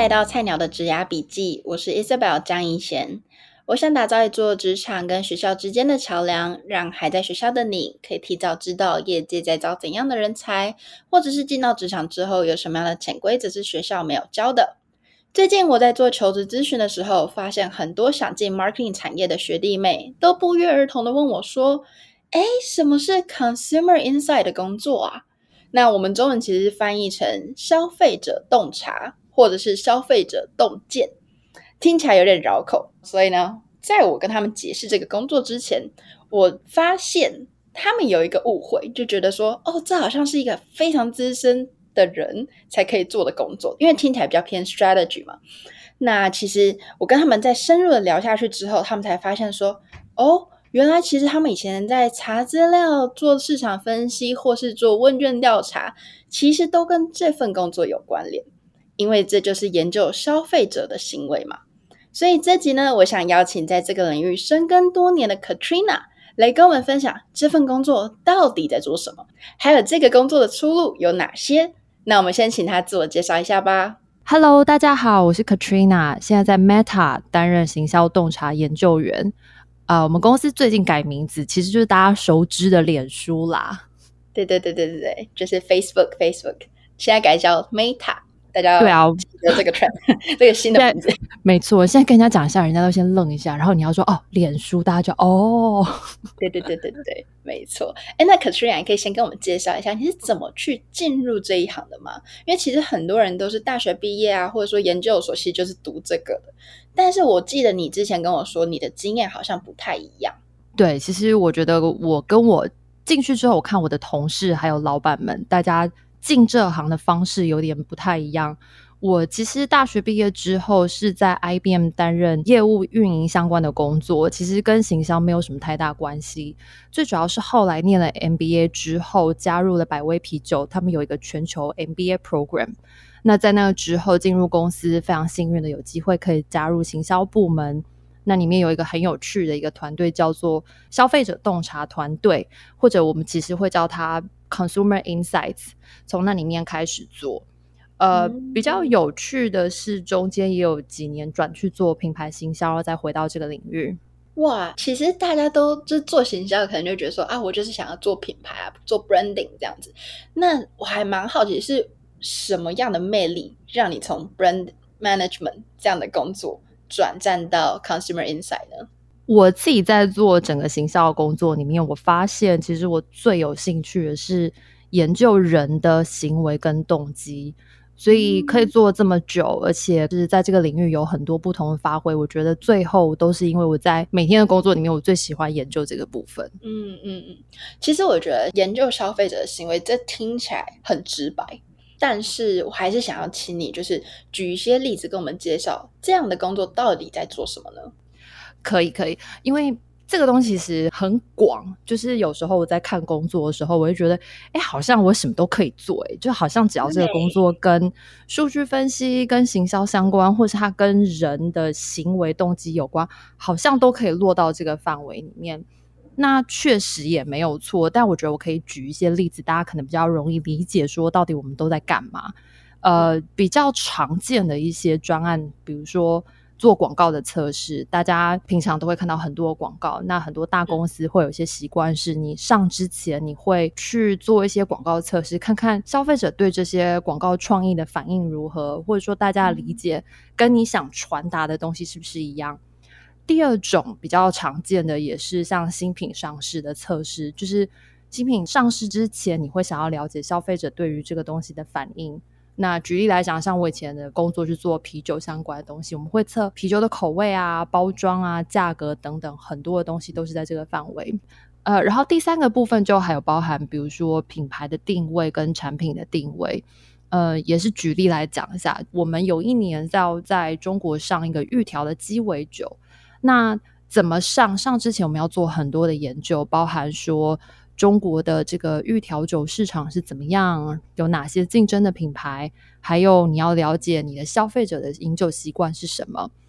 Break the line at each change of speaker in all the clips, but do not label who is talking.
来到菜鸟的职涯笔记，我是 Isabel 江怡贤。我想打造一座职场跟学校之间的桥梁，让还在学校的你可以提早知道业界在招怎样的人才，或者是进到职场之后有什么样的潜规则是学校没有教的。最近我在做求职咨询的时候，发现很多想进 marketing 产业的学弟妹都不约而同的问我说，什么是 consumer insight 的工作啊？那我们中文其实翻译成消费者洞察或者是消费者洞见，听起来有点绕口。所以呢，在我跟他们解释这个工作之前，我发现他们有一个误会，就觉得说这好像是一个非常资深的人才可以做的工作，因为听起来比较偏 strategy 嘛。那其实我跟他们在深入的聊下去之后，他们才发现说原来其实他们以前在查资料、做市场分析或是做问卷调查，其实都跟这份工作有关联，因为这就是研究消费者的行为嘛。所以这集呢，我想邀请在这个领域深耕多年的 Katrina 来跟我们分享这份工作到底在做什么，还有这个工作的出路有哪些。那我们先请她自我介绍一下吧。
Hello， 大家好，我是 Katrina， 现在在 Meta 担任行销洞察研究员。我们公司最近改名字，其实就是大家熟知的脸书啦。
对，就是 Facebook， 现在改叫 Meta， 大家
对啊，
记得这个 trend 这个新的名字。
没错，现在跟人家讲一下，人家都先愣一下，然后你要说脸书，大家就
对，没错。那 Katrina 你可以先跟我们介绍一下你是怎么去进入这一行的吗？因为其实很多人都是大学毕业啊，或者说研究所其实就是读这个的，但是我记得你之前跟我说你的经验好像不太一样。
对，其实我觉得我进去之后，我看我的同事还有老板们，大家进这行的方式有点不太一样。我其实大学毕业之后是在 IBM 担任业务运营相关的工作，其实跟行销没有什么太大关系。最主要是后来念了 MBA 之后，加入了百威啤酒，他们有一个全球 MBA program。那在那之后进入公司，非常幸运的有机会可以加入行销部门。那里面有一个很有趣的一个团队叫做消费者洞察团队，或者我们其实会叫它 Consumer Insights， 从那里面开始做。比较有趣的是中间也有几年转去做品牌行销，再回到这个领域。
哇，其实大家都就是做行销可能就觉得说我就是想要做品牌啊，做 branding 这样子。那我还蛮好奇是什么样的魅力让你从 brand management 这样的工作转战到 consumer insight 呢？
我自己在做整个行销的工作里面，我发现其实我最有兴趣的是研究人的行为跟动机，所以可以做这么久，而且是在这个领域有很多不同的发挥。我觉得最后都是因为我在每天的工作里面，我最喜欢研究这个部分。
其实我觉得研究消费者的行为，这听起来很直白，但是我还是想要请你就是举一些例子跟我们介绍这样的工作到底在做什么呢？
可以，因为这个东西其实很广，就是有时候我在看工作的时候，我会觉得好像我什么都可以做，就好像只要这个工作跟数据分析跟行销相关，或是它跟人的行为动机有关，好像都可以落到这个范围里面。那确实也没有错，但我觉得我可以举一些例子，大家可能比较容易理解说到底我们都在干嘛。比较常见的一些专案，比如说做广告的测试，大家平常都会看到很多广告，那很多大公司会有一些习惯是你上之前你会去做一些广告测试，看看消费者对这些广告创意的反应如何，或者说大家的理解跟你想传达的东西是不是一样。第二种比较常见的也是像新品上市的测试，就是新品上市之前你会想要了解消费者对于这个东西的反应。那举例来讲，像我以前的工作是做啤酒相关的东西，我们会测啤酒的口味啊、包装啊、价格等等，很多的东西都是在这个范围。然后第三个部分就还有包含比如说品牌的定位跟产品的定位。也是举例来讲一下，我们有一年要在中国上一个预调的鸡尾酒，那怎么上之前我们要做很多的研究，包含说中国的这个预调酒市场是怎么样，有哪些竞争的品牌，还有你要了解你的消费者的饮酒习惯是什么。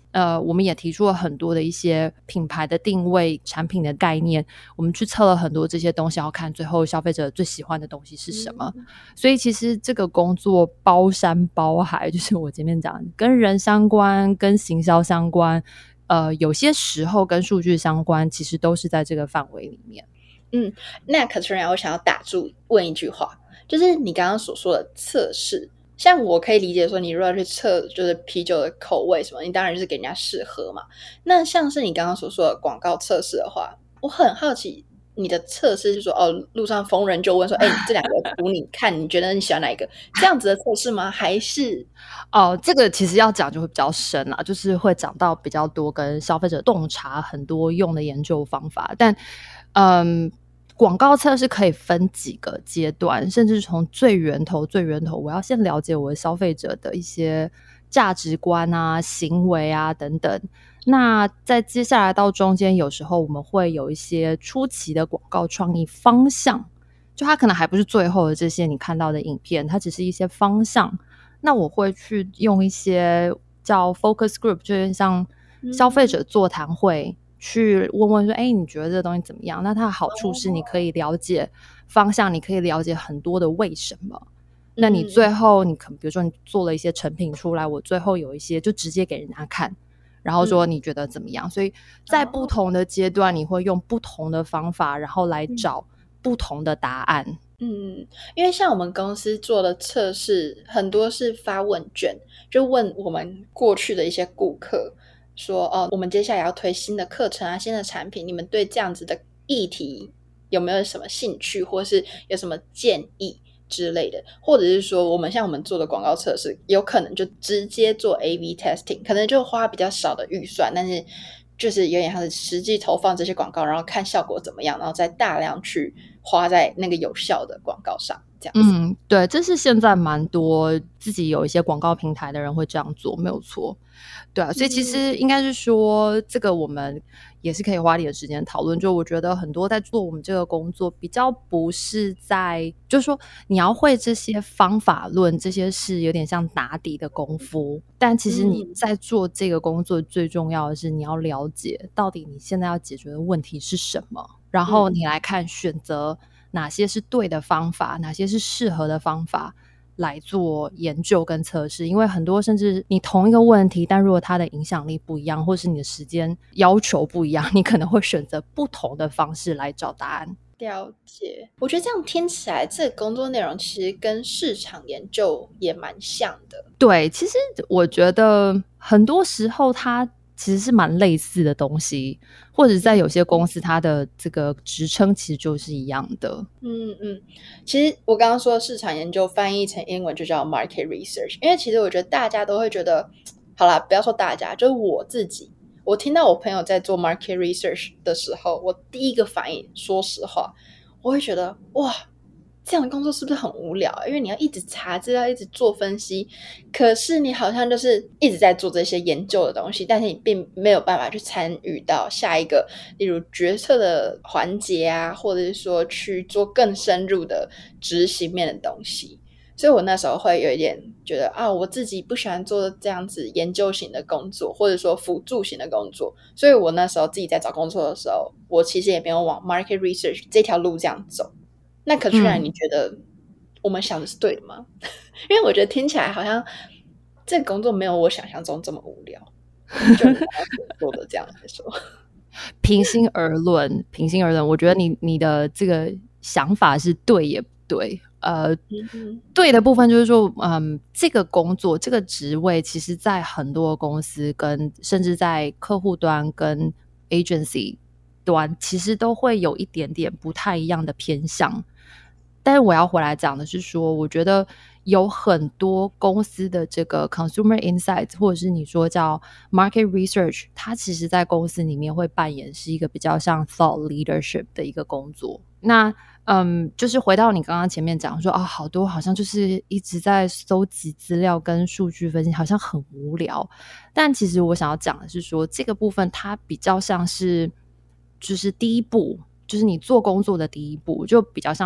我们也提出了很多的一些品牌的定位、产品的概念，我们去测了很多这些东西，要看最后消费者最喜欢的东西是什么。所以其实这个工作包山包海，就是我前面讲跟人相关、跟行销相关，有些时候跟数据相关，其实都是在这个范围里面。
那 Katrina 我想要打住问一句话，就是你刚刚所说的测试，像我可以理解说你如果要去测就是啤酒的口味什么，你当然就是给人家试喝嘛。那像是你刚刚所说的广告测试的话，我很好奇你的测试是说路上逢人就问说这两个图你看你觉得你喜欢哪一个，这样子的测试吗？还是
这个其实要讲就会比较深啦，就是会讲到比较多跟消费者洞察很多用的研究方法。但广告测试可以分几个阶段，甚至从最源头我要先了解我的消费者的一些价值观啊、行为啊等等。那在接下来到中间，有时候我们会有一些初期的广告创意方向，就它可能还不是最后的这些你看到的影片，它只是一些方向。那我会去用一些叫 focus group， 就是像消费者座谈会，去问问说你觉得这个东西怎么样。那它的好处是你可以了解方向，你可以了解很多的为什么。那你最后你比如说你做了一些成品出来，我最后有一些就直接给人家看，然后说你觉得怎么样。所以在不同的阶段你会用不同的方法，然后来找不同的答案。
因为像我们公司做的测试很多是发问卷，就问我们过去的一些顾客说我们接下来要推新的课程啊、新的产品，你们对这样子的议题有没有什么兴趣，或是有什么建议之类的。或者是说我们做的广告测试有可能就直接做 A/B testing， 可能就花比较少的预算，但是就是有点像是实际投放这些广告，然后看效果怎么样，然后再大量去花在那个有效的广告上，这样子。
对，这是现在蛮多自己有一些广告平台的人会这样做，没有错。对啊，所以其实应该是说这个我们也是可以花点时间讨论。就我觉得很多在做我们这个工作比较不是在，就是说你要会这些方法论，这些是有点像打底的功夫，但其实你在做这个工作最重要的是你要了解到底你现在要解决的问题是什么，然后你来看选择哪些是对的方法，哪些是适合的方法来做研究跟测试。因为很多甚至你同一个问题，但如果它的影响力不一样，或是你的时间要求不一样，你可能会选择不同的方式来找答案。
了解，我觉得这样听起来这个工作内容其实跟市场研究也蛮像的。
对，其实我觉得很多时候它其实是蛮类似的东西，或者在有些公司它的这个职称其实就是一样的。
其实我刚刚说的市场研究翻译成英文就叫 market research， 因为其实我觉得大家都会觉得，好啦，不要说大家，就是我自己，我听到我朋友在做 market research 的时候，我第一个反应，说实话，我会觉得哇，这样的工作是不是很无聊？因为你要一直查资料，一直做分析，可是你好像就是一直在做这些研究的东西，但是你并没有办法去参与到下一个，例如决策的环节啊，或者是说去做更深入的执行面的东西。所以我那时候会有一点觉得我自己不喜欢做这样子研究型的工作，或者说辅助型的工作。所以我那时候自己在找工作的时候，我其实也没有往 market research 这条路这样走。那可是你觉得我们想的是对的吗？因为我觉得听起来好像这个工作没有我想象中这么无聊，就你做的这样来说。
平心而论，我觉得你的这个想法是对也不对。对的部分就是说，这个工作这个职位，其实在很多公司跟甚至在客户端跟 agency 端，其实都会有一点点不太一样的偏向。但是我要回来讲的是说，我觉得有很多公司的这个 consumer insights 或者是你说叫 market research， 它其实在公司里面会扮演是一个比较像 thought leadership 的一个工作。那就是回到你刚刚前面讲说好多好像就是一直在搜集资料跟数据分析，好像很无聊。但其实我想要讲的是说，这个部分它比较像是就是第一步，就是你做工作的第一步，就比较像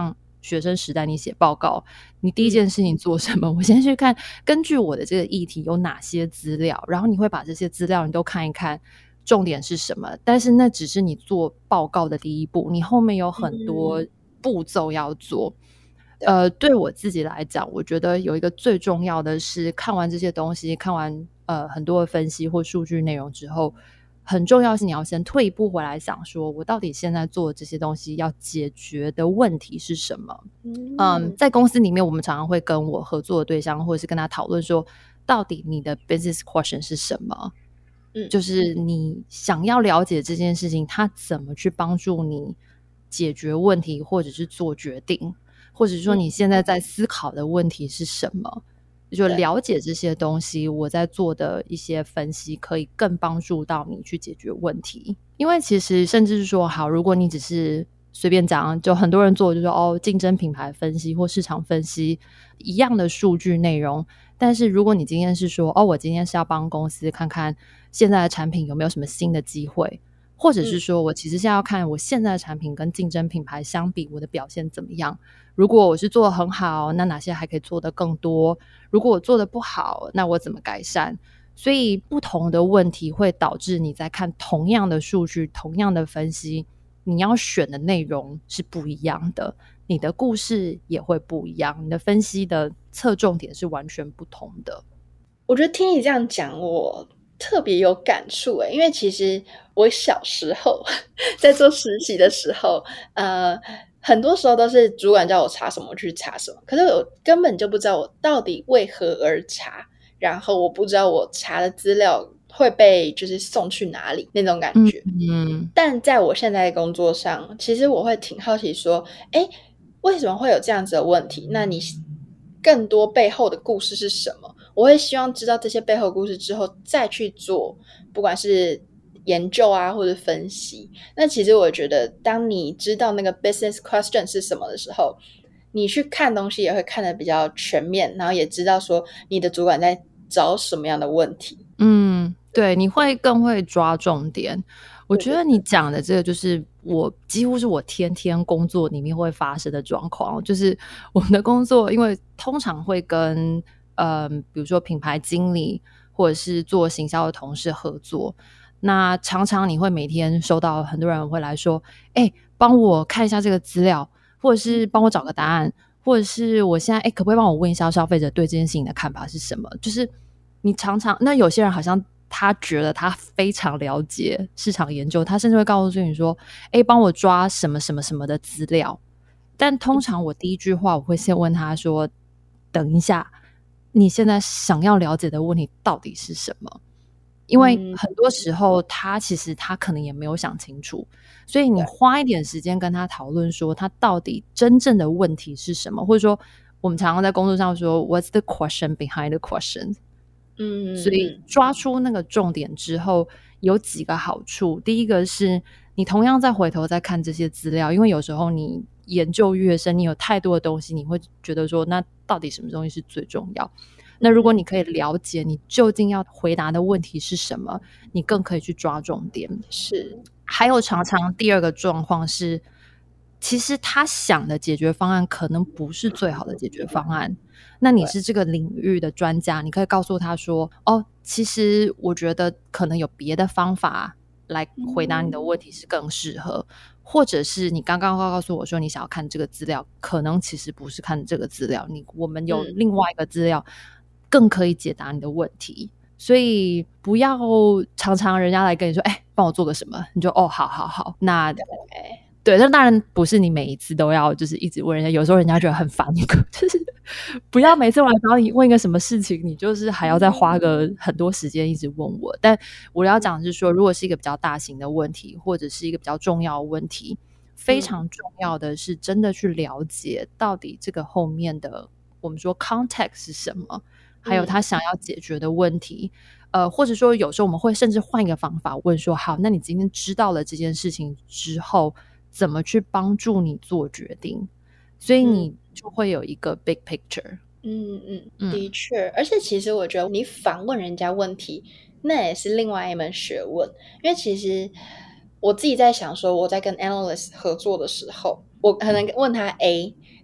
学生时代你写报告，你第一件事情做什么？我先去看根据我的这个议题有哪些资料，然后你会把这些资料你都看一看，重点是什么，但是那只是你做报告的第一步，你后面有很多步骤要做。对我自己来讲，我觉得有一个最重要的是看完这些东西，看完很多的分析或数据内容之后，很重要是你要先退一步回来想说，我到底现在做的这些东西要解决的问题是什么。在公司里面我们常常会跟我合作的对象或者是跟他讨论说，到底你的 business question 是什么，就是你想要了解这件事情它怎么去帮助你解决问题或者是做决定，或者说你现在在思考的问题是什么，就了解这些东西，我在做的一些分析可以更帮助到你去解决问题。因为其实甚至是说，好，如果你只是随便讲，就很多人做就是说竞争品牌分析或市场分析一样的数据内容，但是如果你今天是说我今天是要帮公司看看现在的产品有没有什么新的机会，或者是说我其实是要看我现在的产品跟竞争品牌相比我的表现怎么样，如果我是做得很好，那哪些还可以做得更多，如果我做得不好，那我怎么改善。所以不同的问题会导致你在看同样的数据同样的分析，你要选的内容是不一样的，你的故事也会不一样，你的分析的侧重点是完全不同的。
我觉得听你这样讲我特别有感触因为其实我小时候在做实习的时候很多时候都是主管叫我查什么我去查什么，可是我根本就不知道我到底为何而查，然后我不知道我查的资料会被就是送去哪里那种感觉。但在我现在的工作上，其实我会挺好奇说为什么会有这样子的问题，那你更多背后的故事是什么，我会希望知道这些背后的故事之后再去做不管是研究啊或者分析。那其实我觉得当你知道那个 business question 是什么的时候，你去看东西也会看得比较全面，然后也知道说你的主管在找什么样的问题。
对，你会更会抓重点。我觉得你讲的这个就是几乎是我天天工作里面会发生的状况，就是我们的工作因为通常会跟比如说品牌经理或者是做行销的同事合作，那常常你会每天收到很多人会来说帮我看一下这个资料，或者是帮我找个答案，或者是我现在可不可以帮我问一下消费者对这件事情的看法是什么。就是你常常那有些人好像他觉得他非常了解市场研究，他甚至会告诉你说帮我抓什么什么什么的资料，但通常我第一句话我会先问他说，等一下，你现在想要了解的问题到底是什么？因为很多时候他其实他可能也没有想清楚，所以你花一点时间跟他讨论说他到底真正的问题是什么，或者说我们常常在工作上说 What's the question behind the question。所以抓出那个重点之后有几个好处。第一个是你同样再回头再看这些资料，因为有时候你研究越深，你有太多的东西，你会觉得说那到底什么东西是最重要。那如果你可以了解你究竟要回答的问题是什么，你更可以去抓重点。
是，
还有常常第二个状况是，其实他想的解决方案可能不是最好的解决方案，那你是这个领域的专家，你可以告诉他说其实我觉得可能有别的方法来回答你的问题是更适合，或者是你刚刚告诉我说你想要看这个资料，可能其实不是看这个资料，我们有另外一个资料更可以解答你的问题。所以不要常常人家来跟你说帮我做个什么，你就好好好，那对，但当然不是你每一次都要就是一直问人家，有时候人家觉得很烦，就是不要每次我来找你问一个什么事情，你就是还要再花个很多时间一直问我。但我要讲的是说，如果是一个比较大型的问题，或者是一个比较重要的问题，非常重要的是真的去了解到底这个后面的我们说 context 是什么，还有他想要解决的问题。或者说有时候我们会甚至换一个方法问说，好，那你今天知道了这件事情之后怎么去帮助你做决定，所以你就会有一个 big picture。
的确，而且其实我觉得你反问人家问题那也是另外一门学问。因为其实我自己在想说，我在跟 analyst 合作的时候，我可能问他 A，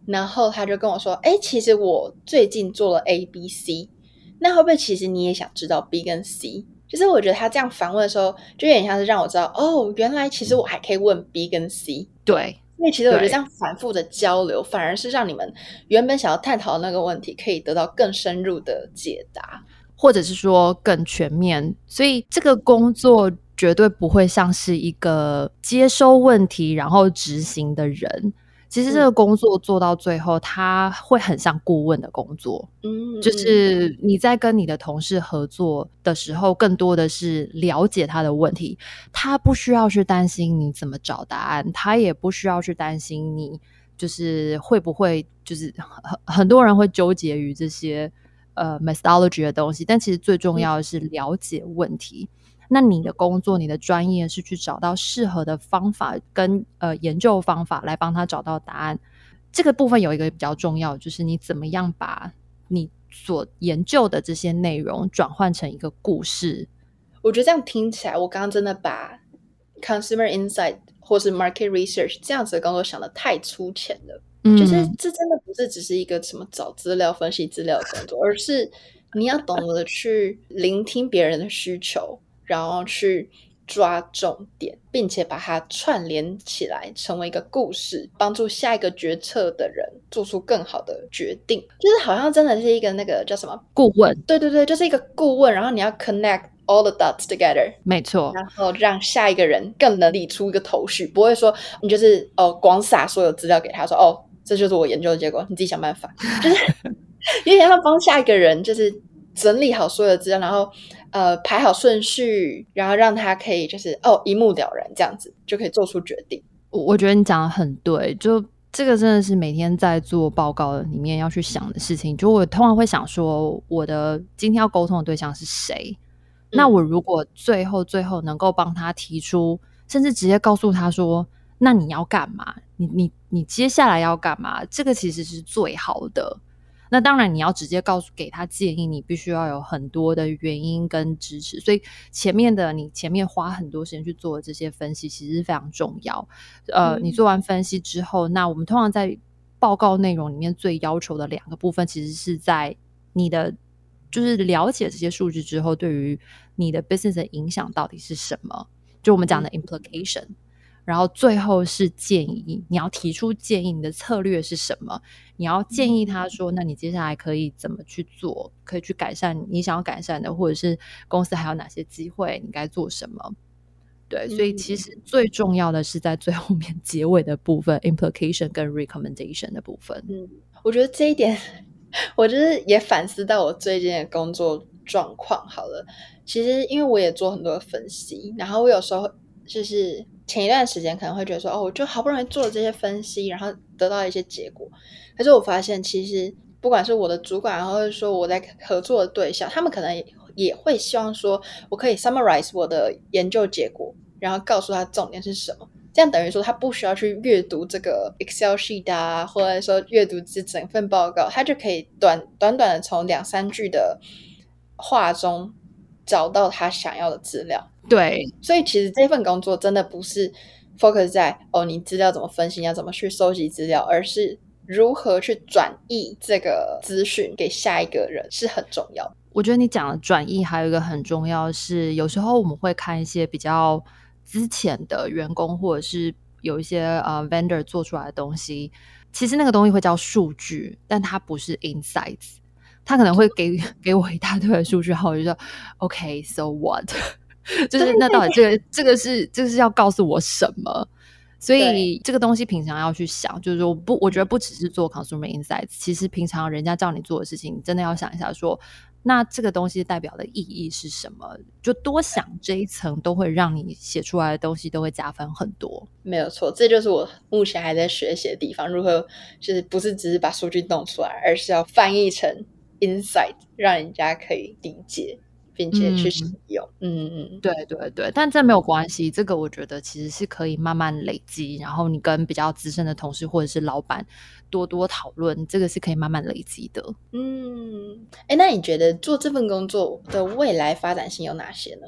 然后他就跟我说，其实我最近做了 A、B、C， 那会不会其实你也想知道 B 跟 C？ 就是我觉得他这样反问的时候，就有点像是让我知道，原来其实我还可以问 B 跟 C。
对，
因为其实我觉得这样反复的交流，反而是让你们原本想要探讨的那个问题，可以得到更深入的解答，
或者是说更全面。所以这个工作绝对不会像是一个接收问题然后执行的人。其实这个工作做到最后，它会很像顾问的工作。就是你在跟你的同事合作的时候，更多的是了解他的问题，他不需要去担心你怎么找答案，他也不需要去担心你就是会不会就是很多人会纠结于这些methodology 的东西，但其实最重要的是了解问题。那你的工作，你的专业是去找到适合的方法跟研究方法来帮他找到答案。这个部分有一个比较重要，就是你怎么样把你所研究的这些内容转换成一个故事。
我觉得这样听起来，我刚刚真的把 consumer insight 或是 market research 这样子的工作想得太粗浅了。就是这真的不是只是一个什么找资料分析资料的工作，而是你要懂得去聆听别人的需求，然后去抓重点，并且把它串联起来成为一个故事，帮助下一个决策的人做出更好的决定。就是好像真的是一个那个叫什么
顾问，
对对对，就是一个顾问，然后你要 connect all the dots together，
没错，
然后让下一个人更能理出一个头绪，不会说你就是光撒所有资料给他说这就是我研究的结果，你自己想办法。就是有点像帮下一个人就是整理好所有的资料，然后排好顺序，然后让他可以就是一目了然，这样子就可以做出决定。
我觉得你讲的很对，就这个真的是每天在做报告里面要去想的事情。就我通常会想说，我的今天要沟通的对象是谁？那我如果最后能够帮他提出，甚至直接告诉他说，那你要干嘛？你接下来要干嘛？这个其实是最好的。那当然你要直接给他建议，你必须要有很多的原因跟支持，所以你前面花很多时间去做的这些分析其实是非常重要。你做完分析之后，那我们通常在报告内容里面最要求的两个部分，其实是在你的就是了解这些数据之后，对于你的 business 的影响到底是什么，就我们讲的 implication。然后最后是建议，你要提出建议，你的策略是什么？你要建议他说，那你接下来可以怎么去做，可以去改善你想要改善的，或者是公司还有哪些机会，你该做什么？对，所以其实最重要的是在最后面结尾的部分 implication 跟 recommendation 的部分。
我觉得这一点我就是也反思到我最近的工作状况好了。其实因为我也做很多的分析，然后我有时候就是前一段时间可能会觉得说我就好不容易做了这些分析，然后得到一些结果，可是我发现其实不管是我的主管或者说我在合作的对象，他们可能也会希望说我可以 summarize 我的研究结果，然后告诉他重点是什么，这样等于说他不需要去阅读这个 Excel sheet 啊，或者说阅读这整份报告，他就可以短短的从2-3句的话中找到他想要的资料。
对，
所以其实这份工作真的不是 focus 在你资料怎么分析，要怎么去收集资料，而是如何去转译这个资讯给下一个人是很重要的。
我觉得你讲的转译还有一个很重要的是，有时候我们会看一些比较之前的员工或者是有一些vendor 做出来的东西，其实那个东西会叫数据，但它不是 insights。他可能会给我一大堆的数据，然后我就说 OK so what 就是那到底这个是要告诉我什么？所以这个东西平常要去想，就是说我觉得不只是做 consumer insights， 其实平常人家叫你做的事情，你真的要想一下说，那这个东西代表的意义是什么？就多想这一层，都会让你写出来的东西都会加分很多。
没有错，这就是我目前还在学习的地方，如何就是不是只是把数据弄出来，而是要翻译成 insight， 让人家可以理解并且去使用。
对对对，但这没有关系，这个我觉得其实是可以慢慢累积，然后你跟比较资深的同事或者是老板多多讨论，这个是可以慢慢累积的。
那你觉得做这份工作的未来发展性有哪些呢？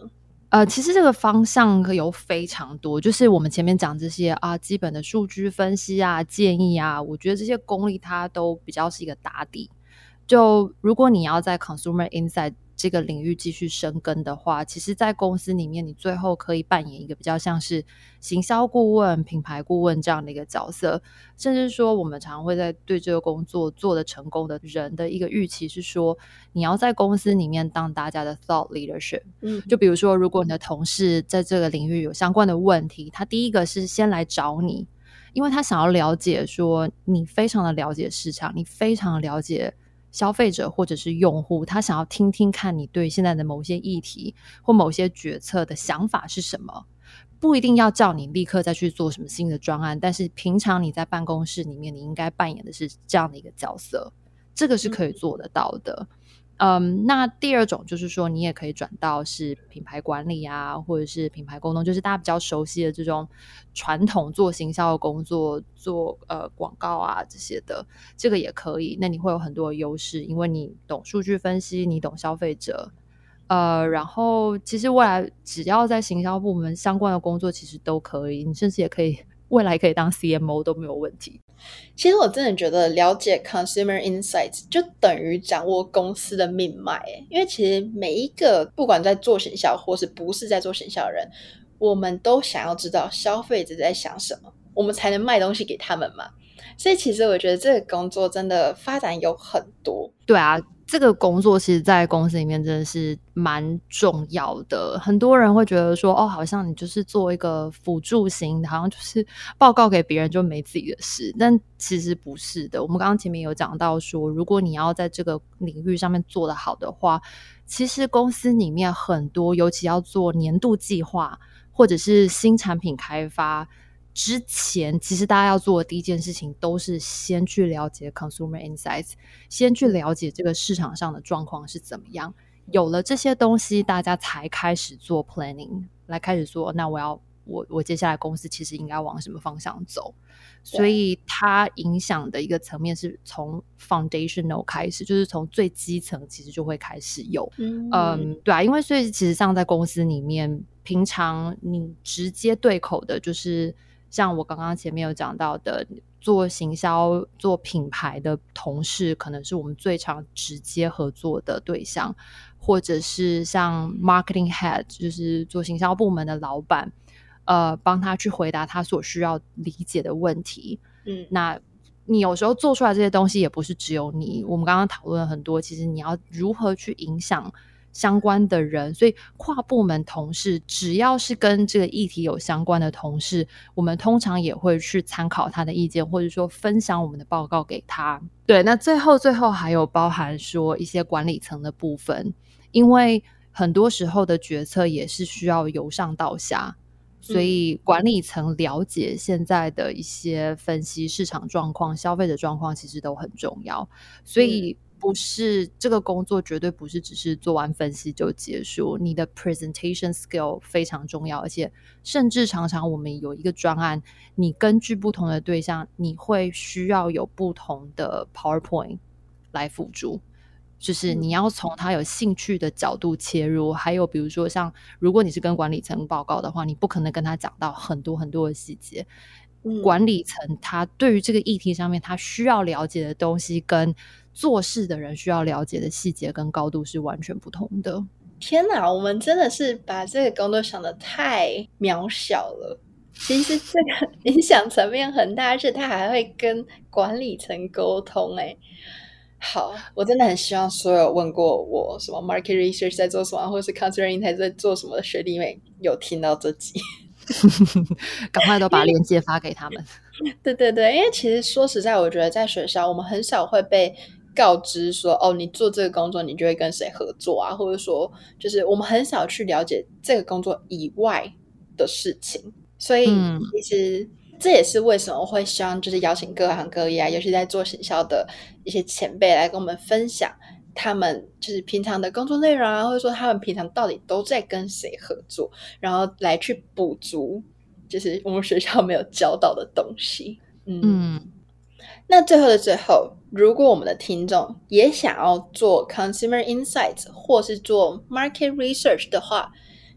其实这个方向有非常多，就是我们前面讲这些啊，基本的数据分析啊、建议啊，我觉得这些功力它都比较是一个打底。就如果你要在 consumer insight 这个领域继续深耕的话，其实在公司里面你最后可以扮演一个比较像是行销顾问、品牌顾问这样的一个角色，甚至说我们常会在对这个工作做得成功的人的一个预期是说，你要在公司里面当大家的 thought leadership。就比如说如果你的同事在这个领域有相关的问题，他第一个是先来找你，因为他想要了解说你非常的了解市场，你非常的了解消费者或者是用户，他想要听听看你对现在的某些议题或某些决策的想法是什么。不一定要叫你立刻再去做什么新的专案，但是平常你在办公室里面你应该扮演的是这样的一个角色，这个是可以做得到的。那第二种就是说你也可以转到是品牌管理啊，或者是品牌沟通，就是大家比较熟悉的这种传统做行销的工作，做广告啊这些的，这个也可以。那你会有很多的优势，因为你懂数据分析，你懂消费者，然后其实未来只要在行销部门相关的工作其实都可以，你甚至也可以未来可以当 CMO 都没有问题。
其实我真的觉得了解 consumer insights 就等于掌握公司的命脉，因为其实每一个不管在做行销或是不是在做行销的人，我们都想要知道消费者在想什么，我们才能卖东西给他们嘛。所以其实我觉得这个工作真的发展有很多。
对啊，这个工作其实在公司里面真的是蛮重要的。很多人会觉得说好像你就是做一个辅助型，好像就是报告给别人就没自己的事，但其实不是的。我们刚刚前面有讲到说，如果你要在这个领域上面做得好的话，其实公司里面很多尤其要做年度计划或者是新产品开发之前，其实大家要做的第一件事情都是先去了解 consumer insights， 先去了解这个市场上的状况是怎么样。有了这些东西，大家才开始做 planning， 来开始说那我接下来公司其实应该往什么方向走。所以它影响的一个层面是从 foundational 开始，就是从最基层其实就会开始有。对啊，因为所以其实上在公司里面，平常你直接对口的就是像我刚刚前面有讲到的，做行销做品牌的同事可能是我们最常直接合作的对象，或者是像 marketing head 就是做行销部门的老板，帮他去回答他所需要理解的问题。那你有时候做出来这些东西也不是只有你，我们刚刚讨论了很多，其实你要如何去影响相关的人，所以跨部门同事只要是跟这个议题有相关的同事，我们通常也会去参考他的意见，或者说分享我们的报告给他。对，那最后还有包含说一些管理层的部分，因为很多时候的决策也是需要由上到下，所以管理层了解现在的一些分析市场状况、消费者状况其实都很重要。所以不是这个工作绝对不是只是做完分析就结束，你的 presentation skill 非常重要，而且甚至常常我们有一个专案，你根据不同的对象，你会需要有不同的 PowerPoint 来辅助，就是你要从他有兴趣的角度切入。还有比如说像如果你是跟管理层报告的话，你不可能跟他讲到很多很多的细节，管理层他对于这个议题上面他需要了解的东西跟做事的人需要了解的细节跟高度是完全不同的。
天哪，我们真的是把这个工作想得太渺小了，其实这个影响层面很大，而且他还会跟管理层沟通。好，我真的很希望所有问过我什么 market research 在做什么，或者是 consumer insight 在做什么的学弟妹有听到这集
赶快都把链接发给他们。
对对对，因为其实说实在，我觉得在学校我们很少会被告知说你做这个工作你就会跟谁合作啊，或者说就是我们很少去了解这个工作以外的事情。所以其实这也是为什么我会希望就是邀请各行各业啊，尤其在做行销的一些前辈来跟我们分享他们就是平常的工作内容啊，或者说他们平常到底都在跟谁合作，然后来去补足就是我们学校没有教到的东西。那最后的最后，如果我们的听众也想要做 consumer insights 或是做 market research 的话，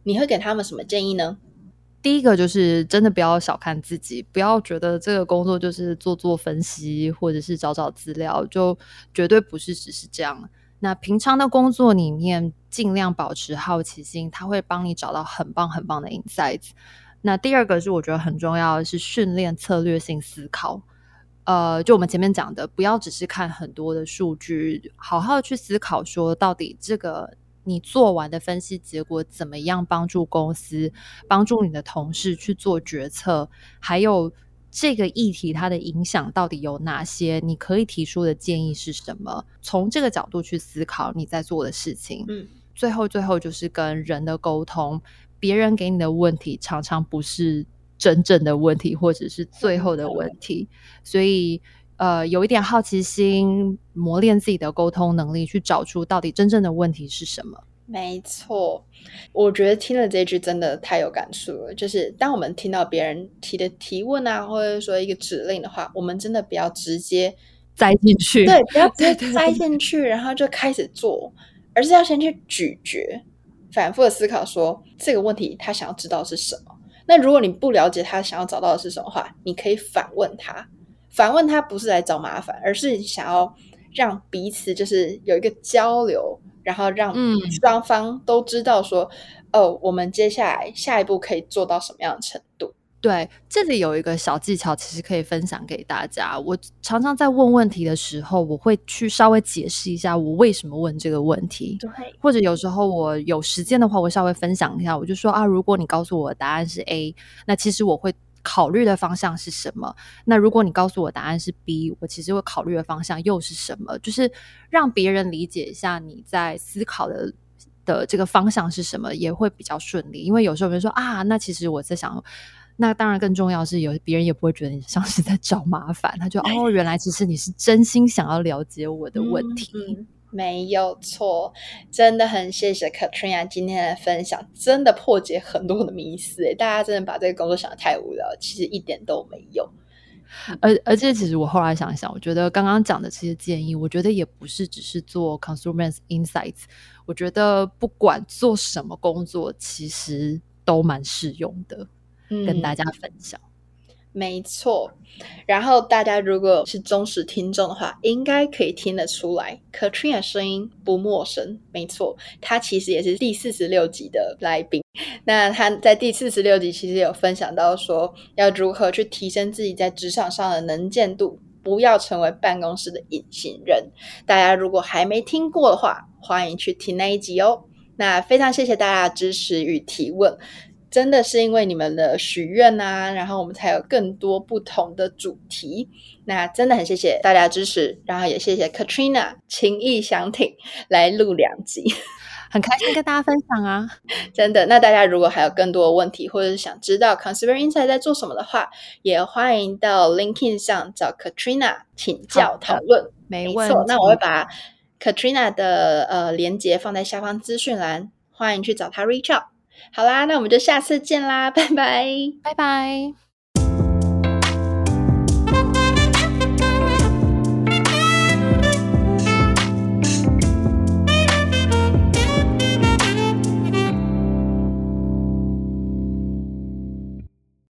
你会给他们什么建议呢？
第一个就是真的不要小看自己，不要觉得这个工作就是做分析或者是找资料，就绝对不是只是这样。那平常的工作里面尽量保持好奇心，它会帮你找到很棒很棒的 insights。那第二个是我觉得很重要的是训练策略性思考。就我们前面讲的，不要只是看很多的数据，好好去思考说到底这个你做完的分析结果怎么样帮助公司，帮助你的同事去做决策，还有这个议题它的影响到底有哪些，你可以提出的建议是什么，从这个角度去思考你在做的事情。最后就是跟人的沟通，别人给你的问题常常不是真正的问题，或者是最后的问题，所以有一点好奇心，磨练自己的沟通能力，去找出到底真正的问题是什么。
没错，我觉得听了这句真的太有感触了。就是当我们听到别人提的提问啊，或者说一个指令的话，我们真的不要直接
栽进去，
对，不要直接栽进去，然后就开始做，而是要先去咀嚼，反复的思考说这个问题他想要知道是什么。那如果你不了解他想要找到的是什么话，你可以反问他。反问他不是来找麻烦，而是想要让彼此就是有一个交流，然后让双方都知道说，我们接下来下一步可以做到什么样的程度。
对，这里有一个小技巧，其实可以分享给大家。我常常在问问题的时候，我会去稍微解释一下我为什么问这个问题。
对，
或者有时候我有时间的话，我稍微分享一下，我就说啊，如果你告诉我的答案是 A， 那其实我会考虑的方向是什么？那如果你告诉我答案是 B， 我其实会考虑的方向又是什么？就是让别人理解一下你在思考的这个方向是什么，也会比较顺利。因为有时候人说啊，那其实我在想。那当然更重要是有别人也不会觉得你像是在找麻烦，他就原来其实你是真心想要了解我的问题。
没有错，真的很谢谢 Katrina 今天的分享，真的破解很多的迷思耶，大家真的把这个工作想得太无聊，其实一点都没有。
而且其实我后来想一想，我觉得刚刚讲的这些建议，我觉得也不是只是做 consumer insights， 我觉得不管做什么工作其实都蛮适用的，跟大家分享。
没错，然后大家如果是忠实听众的话，应该可以听得出来 Katrina 声音不陌生。没错，她其实也是第46集的来宾。那她在第46集其实有分享到说，要如何去提升自己在职场上的能见度，不要成为办公室的隐形人。大家如果还没听过的话，欢迎去听那一集哦。那非常谢谢大家的支持与提问。真的是因为你们的许愿啊，然后我们才有更多不同的主题。那真的很谢谢大家的支持，然后也谢谢 Katrina 情意相挺来录2集，
很开心跟大家分享啊。
真的，那大家如果还有更多的问题，或者是想知道 Consumer Insight 在做什么的话，也欢迎到 LinkedIn 上找 Katrina 请教讨论。
没问题。
那我会把 Katrina 的连结放在下方资讯栏，欢迎去找她 reach out。好啦，那我们就下次见啦，拜拜，
拜拜。